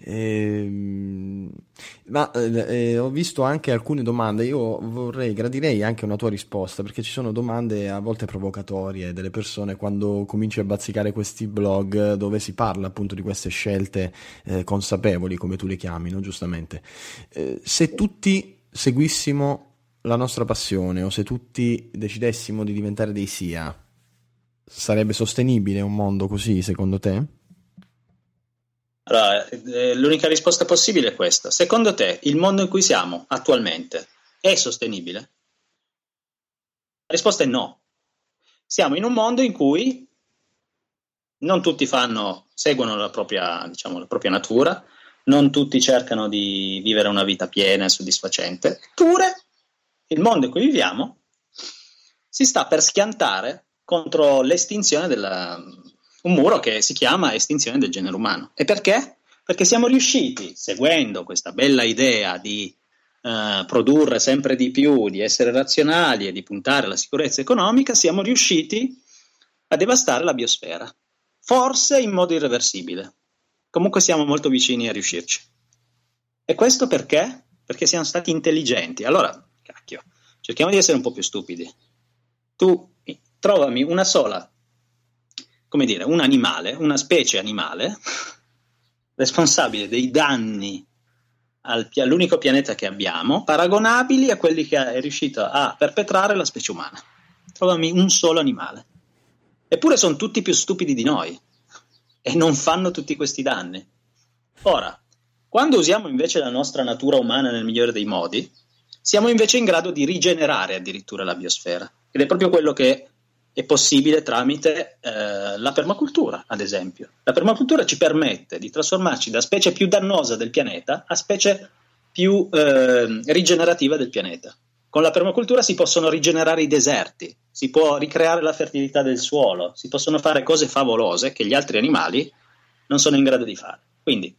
C: Eh, ma eh, ho visto anche alcune domande. Io vorrei, gradirei anche una tua risposta, perché ci sono domande a volte provocatorie delle persone quando cominci a bazzicare questi blog dove si parla appunto di queste scelte eh, consapevoli, come tu le chiami, no? Giustamente. Eh, se tutti seguissimo la nostra passione, o se tutti decidessimo di diventare dei S I A, sarebbe sostenibile un mondo così, secondo te?
D: Allora, eh, l'unica risposta possibile è questa. Secondo te il mondo in cui siamo attualmente è sostenibile? La risposta è no. Siamo in un mondo in cui non tutti fanno, seguono la propria, diciamo, la propria natura, non tutti cercano di vivere una vita piena e soddisfacente, eppure il mondo in cui viviamo si sta per schiantare contro l'estinzione della, un muro che si chiama estinzione del genere umano. E perché? Perché siamo riusciti, seguendo questa bella idea di uh, produrre sempre di più, di essere razionali e di puntare alla sicurezza economica, siamo riusciti a devastare la biosfera. Forse in modo irreversibile. Comunque siamo molto vicini a riuscirci. E questo perché? Perché siamo stati intelligenti. Allora, cacchio, cerchiamo di essere un po' più stupidi. Tu trovami una sola, come dire, un animale, una specie animale responsabile dei danni al, all'unico pianeta che abbiamo, paragonabili a quelli che è riuscito a perpetrare la specie umana. Trovami un solo animale. Eppure sono tutti più stupidi di noi e non fanno tutti questi danni. Ora, quando usiamo invece la nostra natura umana nel migliore dei modi, siamo invece in grado di rigenerare addirittura la biosfera, ed è proprio quello che è possibile tramite eh, la permacultura, ad esempio. La permacultura ci permette di trasformarci da specie più dannosa del pianeta a specie più eh, rigenerativa del pianeta. Con la permacultura si possono rigenerare i deserti, si può ricreare la fertilità del suolo, si possono fare cose favolose che gli altri animali non sono in grado di fare. Quindi,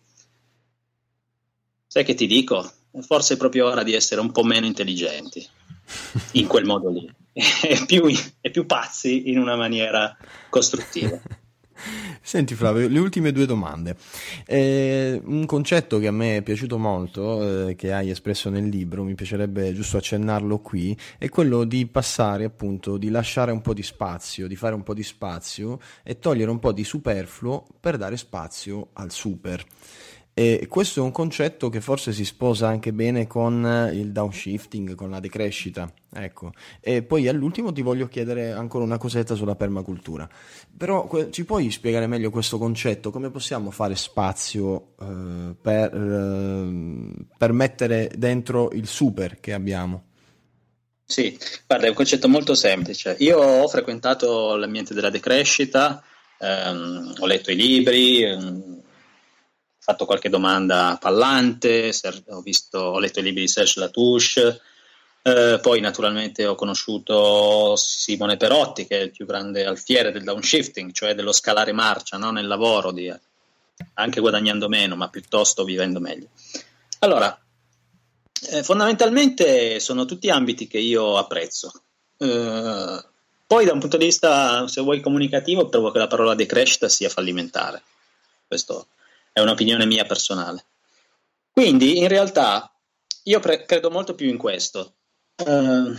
D: sai che ti dico? Forse è proprio ora di essere un po' meno intelligenti, in quel modo lì, e più, e più pazzi in una maniera costruttiva.
C: Senti Flavio, le ultime due domande. Eh, un concetto che a me è piaciuto molto, eh, che hai espresso nel libro, mi piacerebbe giusto accennarlo qui, è quello di passare appunto, di lasciare un po' di spazio, di fare un po' di spazio e togliere un po' di superfluo per dare spazio al super. E questo è un concetto che forse si sposa anche bene con il downshifting, con la decrescita, ecco. E poi all'ultimo ti voglio chiedere ancora una cosetta sulla permacultura. Però que- ci puoi spiegare meglio questo concetto? Come possiamo fare spazio eh, per, eh, per mettere dentro il super che abbiamo?
D: Sì, guarda, è un concetto molto semplice. Io ho frequentato l'ambiente della decrescita, ehm, ho letto i libri, ehm, ho fatto qualche domanda pallante, ho, visto, ho letto i libri di Serge Latouche, eh, poi naturalmente ho conosciuto Simone Perotti, che è il più grande alfiere del downshifting, cioè dello scalare marcia, no? Nel lavoro, di, anche guadagnando meno, ma piuttosto vivendo meglio. Allora, eh, fondamentalmente sono tutti ambiti che io apprezzo. Eh, poi da un punto di vista, se vuoi, comunicativo, trovo che la parola decrescita sia fallimentare. Questo è un'opinione mia personale. Quindi in realtà io pre- credo molto più in questo, uh,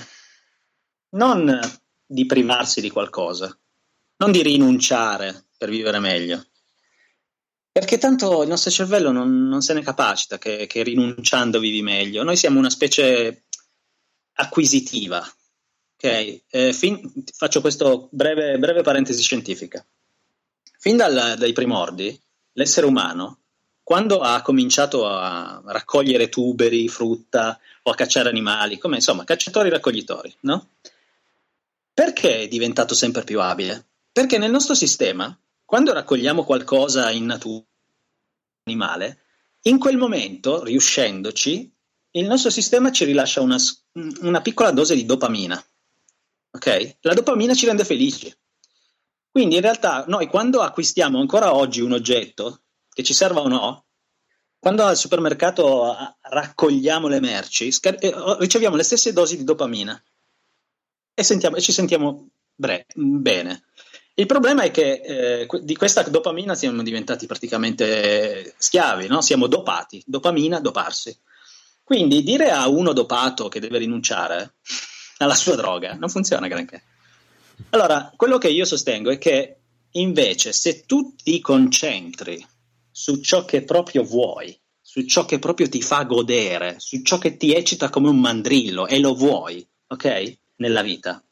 D: non di privarsi di qualcosa, non di rinunciare per vivere meglio, perché tanto il nostro cervello non, non se ne capacita che, che rinunciando vivi meglio. Noi siamo una specie acquisitiva, ok? Eh, fin, faccio questo breve, breve parentesi scientifica. Fin dal, dai primordi l'essere umano, quando ha cominciato a raccogliere tuberi, frutta o a cacciare animali, come insomma cacciatori-raccoglitori, no? Perché è diventato sempre più abile? Perché nel nostro sistema, quando raccogliamo qualcosa in natura, animale, in quel momento, riuscendoci, il nostro sistema ci rilascia una, una piccola dose di dopamina, ok? La dopamina ci rende felici. Quindi in realtà noi quando acquistiamo ancora oggi un oggetto, che ci serva o no, quando al supermercato raccogliamo le merci, scar- riceviamo le stesse dosi di dopamina e, sentiamo, e ci sentiamo bre- bene. Il problema è che eh, di questa dopamina siamo diventati praticamente schiavi, no? Siamo dopati, dopamina, doparsi. Quindi dire a uno dopato che deve rinunciare alla sua droga non funziona granché. Allora, quello che io sostengo è che invece se tu ti concentri su ciò che proprio vuoi, su ciò che proprio ti fa godere, su ciò che ti eccita come un mandrillo e lo vuoi, ok? Nella vita,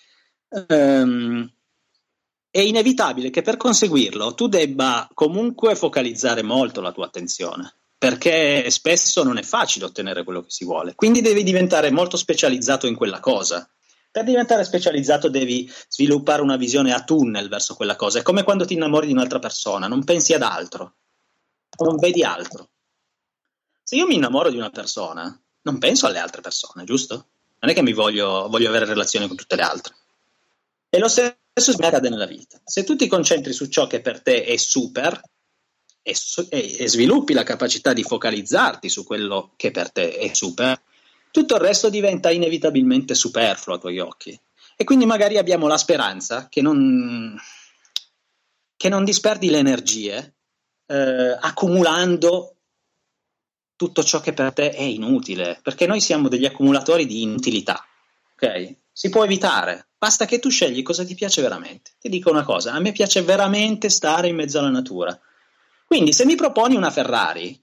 D: um, è inevitabile che per conseguirlo tu debba comunque focalizzare molto la tua attenzione, perché spesso non è facile ottenere quello che si vuole, quindi devi diventare molto specializzato in quella cosa. Per diventare specializzato devi sviluppare una visione a tunnel verso quella cosa. È come quando ti innamori di un'altra persona, non pensi ad altro, non vedi altro. Se io mi innamoro di una persona, non penso alle altre persone, giusto? Non è che mi voglio, voglio avere relazioni con tutte le altre. E lo stesso accade nella vita. Se tu ti concentri su ciò che per te è super e, e, e sviluppi la capacità di focalizzarti su quello che per te è super, tutto il resto diventa inevitabilmente superfluo a tuoi occhi. E quindi magari abbiamo la speranza che non, che non disperdi le energie eh, accumulando tutto ciò che per te è inutile, perché noi siamo degli accumulatori di inutilità, ok? Si può evitare, basta che tu scegli cosa ti piace veramente. Ti dico una cosa, a me piace veramente stare in mezzo alla natura. Quindi se mi proponi una Ferrari,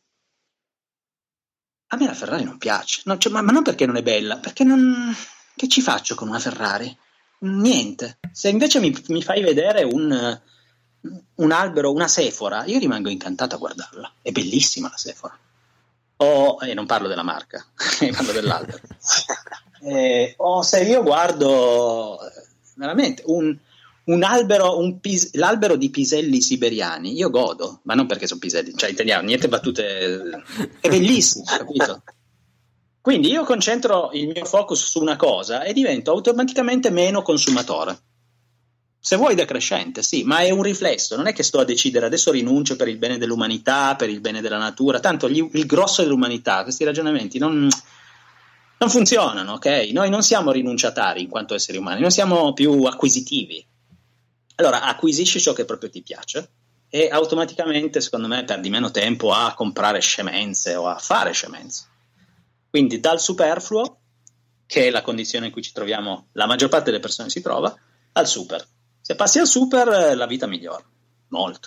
D: a me la Ferrari non piace, no, cioè, ma, ma non perché non è bella, perché non... che ci faccio con una Ferrari? Niente. Se invece mi, mi fai vedere un, un albero, una sefora, io rimango incantato a guardarla. È bellissima la sefora. O, e non parlo della marca, parlo dell'albero. eh, o se io guardo veramente un... Un albero, un pis- l'albero di piselli siberiani, io godo, ma non perché sono piselli, cioè intendiamo, niente battute, è bellissimo, capito? Quindi io concentro il mio focus su una cosa e divento automaticamente meno consumatore. Se vuoi decrescente, sì, ma è un riflesso, non è che sto a decidere adesso rinuncio per il bene dell'umanità, per il bene della natura, tanto gli, il grosso dell'umanità, questi ragionamenti non, non funzionano, ok? Noi non siamo rinunciatari in quanto esseri umani, non siamo più acquisitivi. Allora acquisisci ciò che proprio ti piace e automaticamente, secondo me, perdi meno tempo a comprare scemenze o a fare scemenze. Quindi dal superfluo, che è la condizione in cui ci troviamo, la maggior parte delle persone si trova, al super. Se passi al super, la vita migliora molto.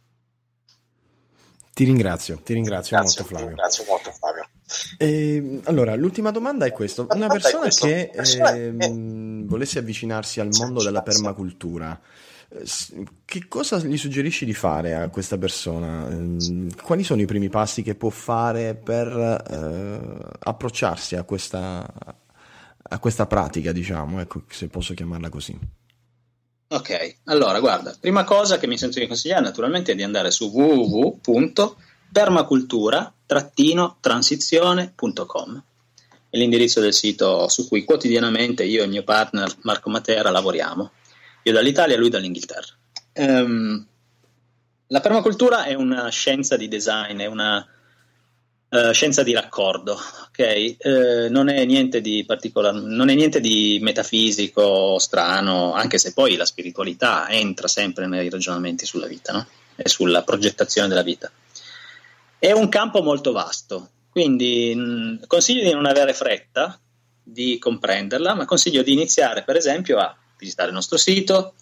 C: Ti ringrazio, ti ringrazio,
D: Grazie,
C: molto Flavio.
D: Ti ringrazio molto Flavio.
C: E, allora, l'ultima domanda è questa. Una persona che eh, volesse avvicinarsi al mondo della permacultura, eh, che cosa gli suggerisci di fare a questa persona? Eh, quali sono i primi passi che può fare per eh, approcciarsi a questa, a questa pratica, diciamo, ecco, se posso chiamarla così?
D: Ok, allora guarda, prima cosa che mi sento di consigliare naturalmente è di andare su w w w punto permacultura transizione punto com. È l'indirizzo del sito su cui quotidianamente io e il mio partner Marco Matera lavoriamo, io dall'Italia e lui dall'Inghilterra. Um, la permacultura è una scienza di design, è una uh, scienza di raccordo, ok? Uh, non è niente di particolare, non è niente di metafisico strano, anche se poi la spiritualità entra sempre nei ragionamenti sulla vita, no? E sulla progettazione della vita. È un campo molto vasto, quindi mh, consiglio di non avere fretta di comprenderla, ma consiglio di iniziare per esempio a visitare il nostro sito,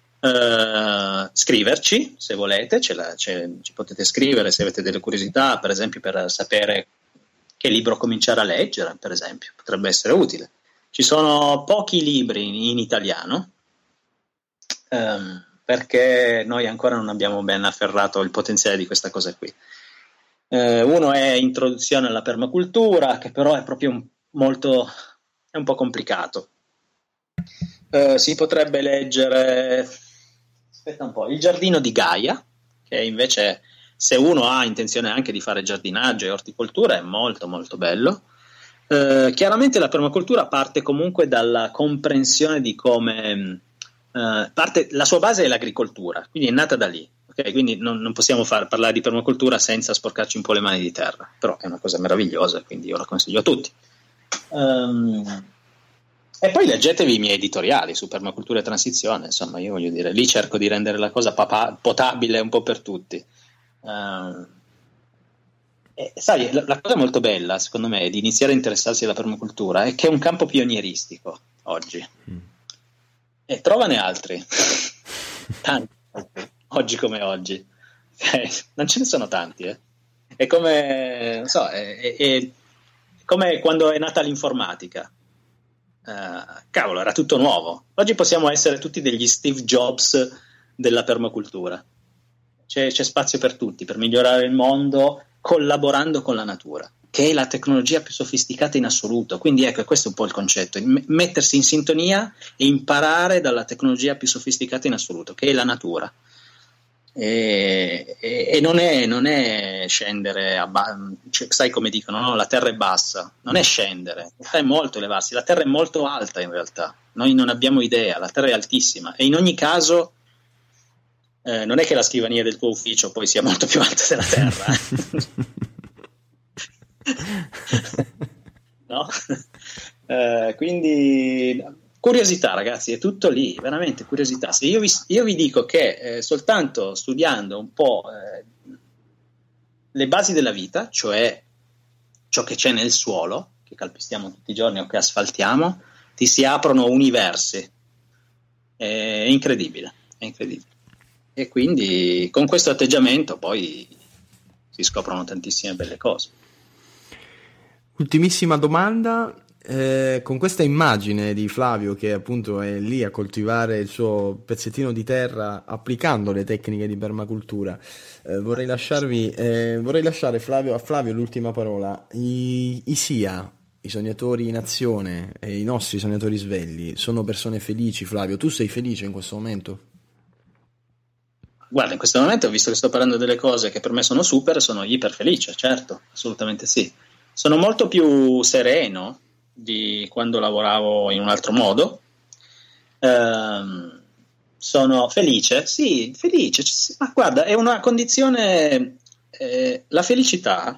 D: eh, scriverci se volete, ce la, ce, ci potete scrivere se avete delle curiosità, per esempio per sapere che libro cominciare a leggere, per esempio, potrebbe essere utile. Ci sono pochi libri in, in italiano, ehm, perché noi ancora non abbiamo ben afferrato il potenziale di questa cosa qui. Eh, uno è Introduzione alla permacultura, che però è proprio un, molto, è un po' complicato. Eh, si potrebbe leggere, aspetta un po', Il giardino di Gaia, che invece, se uno ha intenzione anche di fare giardinaggio e orticoltura, è molto molto bello. Eh, chiaramente la permacultura parte comunque dalla comprensione di come eh, parte, la sua base è l'agricoltura, quindi è nata da lì. Okay, quindi non, non possiamo far, parlare di permacultura senza sporcarci un po' le mani di terra, però è una cosa meravigliosa, quindi io la consiglio a tutti. Um, e poi leggetevi i miei editoriali su permacultura e transizione, insomma, io voglio dire, lì cerco di rendere la cosa papa- potabile un po' per tutti. Uh, e, sai, la, la cosa molto bella, secondo me, di iniziare a interessarsi alla permacultura è che è un campo pionieristico oggi. Mm. E trovane altri, tanti altri. Oggi come oggi, okay. Non ce ne sono tanti, eh. È come, non so, è, è, è come quando è nata l'informatica. Uh, cavolo, era tutto nuovo. Oggi possiamo essere tutti degli Steve Jobs della permacultura. C'è, c'è spazio per tutti, per migliorare il mondo collaborando con la natura, che è la tecnologia più sofisticata in assoluto. Quindi ecco, questo è un po' il concetto, mettersi in sintonia e imparare dalla tecnologia più sofisticata in assoluto, che è la natura. E, e, e non, è, non è scendere a ba- cioè, sai come dicono, no? La terra è bassa, non è scendere, la terra è molto elevarsi, la terra è molto alta in realtà, noi non abbiamo idea, la terra è altissima e in ogni caso eh, non è che la scrivania del tuo ufficio poi sia molto più alta della terra. No? Eh, quindi curiosità, ragazzi, è tutto lì, veramente curiosità. Se io vi, io vi dico che eh, soltanto studiando un po' eh, le basi della vita, cioè ciò che c'è nel suolo, che calpestiamo tutti i giorni o che asfaltiamo, ti si aprono universi. È incredibile, è incredibile. E quindi con questo atteggiamento poi si scoprono tantissime belle cose.
C: Ultimissima domanda. Eh, con questa immagine di Flavio che appunto è lì a coltivare il suo pezzettino di terra applicando le tecniche di permacultura, eh, vorrei lasciarvi eh, vorrei lasciare Flavio, a Flavio l'ultima parola. I, i S I A, i sognatori in azione e i nostri sognatori svegli sono persone felici. Flavio, tu sei felice in questo momento?
D: Guarda, in questo momento, visto che sto parlando delle cose che per me sono super, sono iper felice, certo, assolutamente sì. sono molto più sereno di quando lavoravo in un altro modo. Ehm, sono felice, sì, felice, ma guarda, è una condizione, eh, la felicità,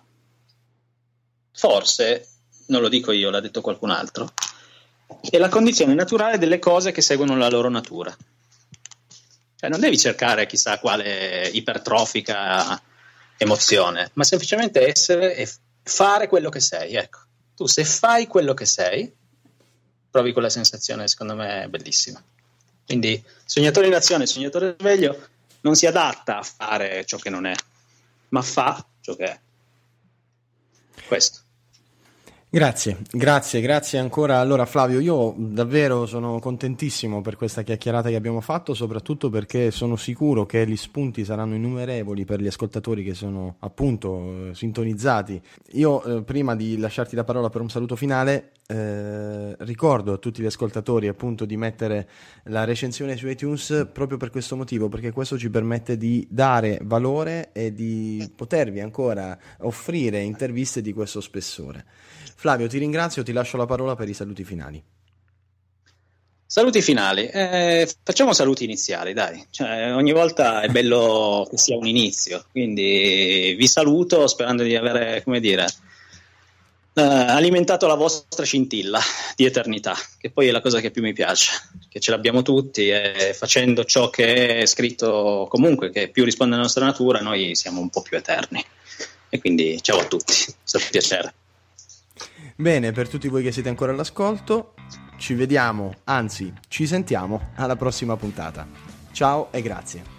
D: forse, non lo dico io, l'ha detto qualcun altro, è la condizione naturale delle cose che seguono la loro natura. Cioè non devi cercare chissà quale ipertrofica emozione, ma semplicemente essere e fare quello che sei. Ecco, tu se fai quello che sei, provi quella sensazione, secondo me, bellissima. Quindi sognatore in azione, sognatore sveglio non si adatta a fare ciò che non è, ma fa ciò che è. Questo.
C: Grazie, grazie, grazie ancora. Allora Flavio, io davvero sono contentissimo per questa chiacchierata che abbiamo fatto, soprattutto perché sono sicuro che gli spunti saranno innumerevoli per gli ascoltatori che sono appunto eh, sintonizzati. Io eh, prima di lasciarti la parola per un saluto finale eh, ricordo a tutti gli ascoltatori appunto di mettere la recensione su iTunes proprio per questo motivo, perché questo ci permette di dare valore e di potervi ancora offrire interviste di questo spessore. Flavio, ti ringrazio, ti lascio la parola per i saluti finali.
D: Saluti finali, eh, facciamo saluti iniziali, dai, cioè, ogni volta è bello che sia un inizio, quindi vi saluto sperando di avere, come dire, eh, alimentato la vostra scintilla di eternità, che poi è la cosa che più mi piace, che ce l'abbiamo tutti e facendo ciò che è scritto comunque, che più risponde alla nostra natura, noi siamo un po' più eterni. E quindi ciao a tutti, è stato un piacere.
C: Bene, per tutti voi che siete ancora all'ascolto, ci vediamo, anzi ci sentiamo alla prossima puntata. Ciao e grazie.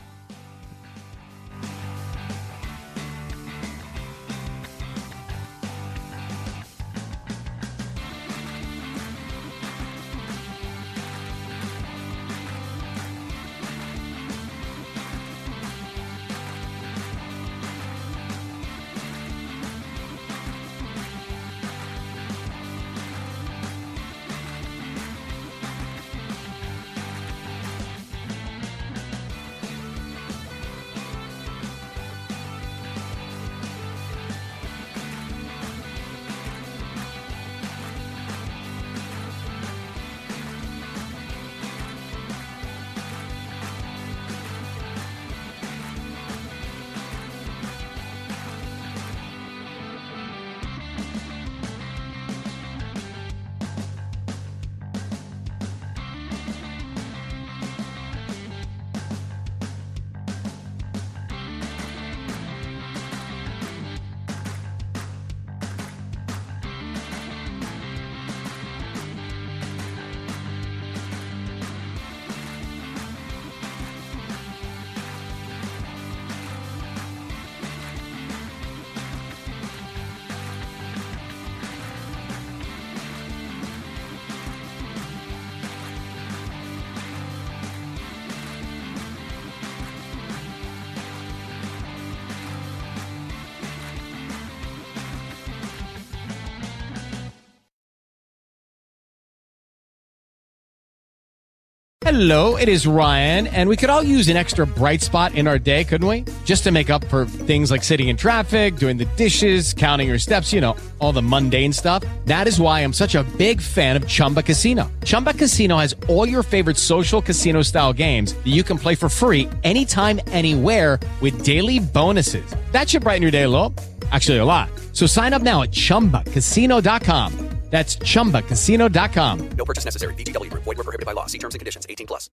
E: Hello, it is Ryan, and we could all use an extra bright spot in our day, couldn't we? Just to make up for things like sitting in traffic, doing the dishes, counting your steps, you know, all the mundane stuff. That is why I'm such a big fan of Chumba Casino. Chumba Casino has all your favorite social casino-style games that you can play for free anytime, anywhere with daily bonuses. That should brighten your day a little. Actually, a lot. So sign up now at chumba casino dot com. That's chumba casino dot com.
F: No purchase necessary. V G W Group. Void where prohibited by law. See terms and conditions. eighteen plus.